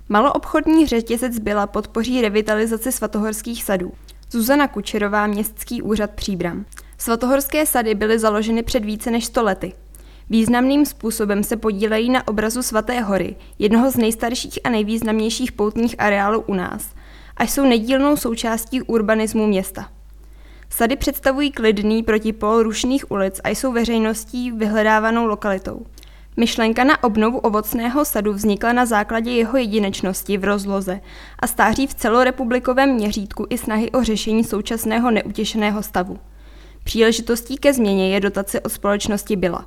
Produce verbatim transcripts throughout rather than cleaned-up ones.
Maloobchodní řetězec Billa podpoří revitalizaci svatohorských sadů. Zuzana Kučerová, Městský úřad Příbram. Svatohorské sady byly založeny před více než sto lety. Významným způsobem se podílejí na obrazu Svaté hory, jednoho z nejstarších a nejvýznamnějších poutních areálů u nás, a jsou nedílnou součástí urbanismu města. Sady představují klidný protipol rušných ulic a jsou veřejností vyhledávanou lokalitou. Myšlenka na obnovu ovocného sadu vznikla na základě jeho jedinečnosti v rozloze a stáří v celorepublikovém měřítku i snahy o řešení současného neutěšeného stavu. Příležitostí ke změně je dotace od společnosti Billa.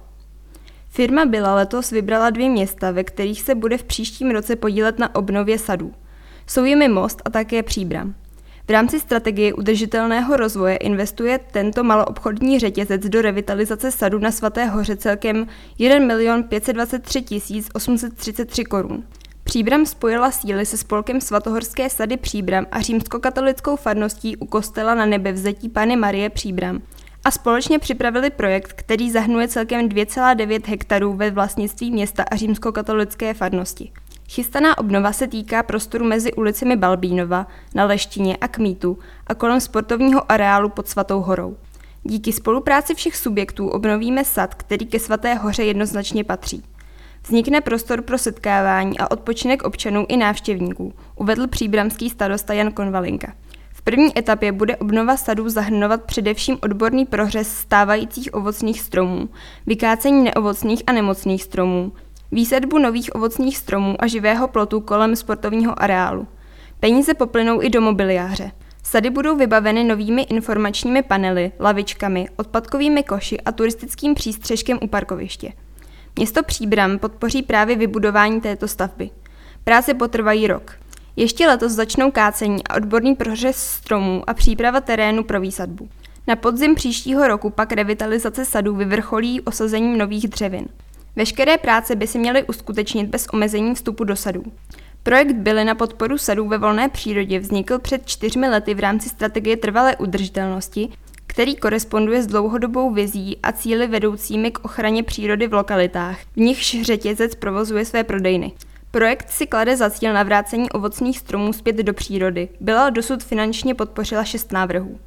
Firma Billa letos vybrala dvě města, ve kterých se bude v příštím roce podílet na obnově sadů. Jsou jimi Most a také Příbram. V rámci strategie udržitelného rozvoje investuje tento maloobchodní řetězec do revitalizace sadu na Svaté hoře celkem jeden milion pět set dvacet tři tisíc osm set třicet tři korun. Příbram spojila síly se spolkem Svatohorské sady Příbram a římskokatolickou farností u kostela Na Nebevzetí Panny Marie Příbram a společně připravili projekt, který zahrnuje celkem dvě celá devět hektarů ve vlastnictví města a římskokatolické farnosti. Chystaná obnova se týká prostoru mezi ulicemi Balbínova, Na Leštině a Kmítu a kolem sportovního areálu pod Svatou horou. Díky spolupráci všech subjektů obnovíme sad, který ke Svaté hoře jednoznačně patří. Vznikne prostor pro setkávání a odpočinek občanů i návštěvníků, uvedl příbramský starosta Jan Konvalinka. V první etapě bude obnova sadů zahrnovat především odborný prořez stávajících ovocných stromů, vykácení neovocných a nemocných stromů, výsadbu nových ovocných stromů a živého plotu kolem sportovního areálu. Peníze poplynou i do mobiliáře. Sady budou vybaveny novými informačními panely, lavičkami, odpadkovými koši a turistickým přístřeškem u parkoviště. Město Příbram podpoří právě vybudování této stavby. Práce potrvají rok. Ještě letos začnou kácení a odborný prořez stromů a příprava terénu pro výsadbu. Na podzim příštího roku pak revitalizace sadů vyvrcholí osazením nových dřevin. Veškeré práce by se měly uskutečnit bez omezení vstupu do sadů. Projekt Billy na podporu sadů ve volné přírodě vznikl před čtyřmi lety v rámci strategie trvalé udržitelnosti, který koresponduje s dlouhodobou vizí a cíli vedoucími k ochraně přírody v lokalitách, v nichž řetězec provozuje své prodejny. Projekt si klade za cíl navrácení ovocných stromů zpět do přírody. Byla dosud finančně podpořila šest návrhů.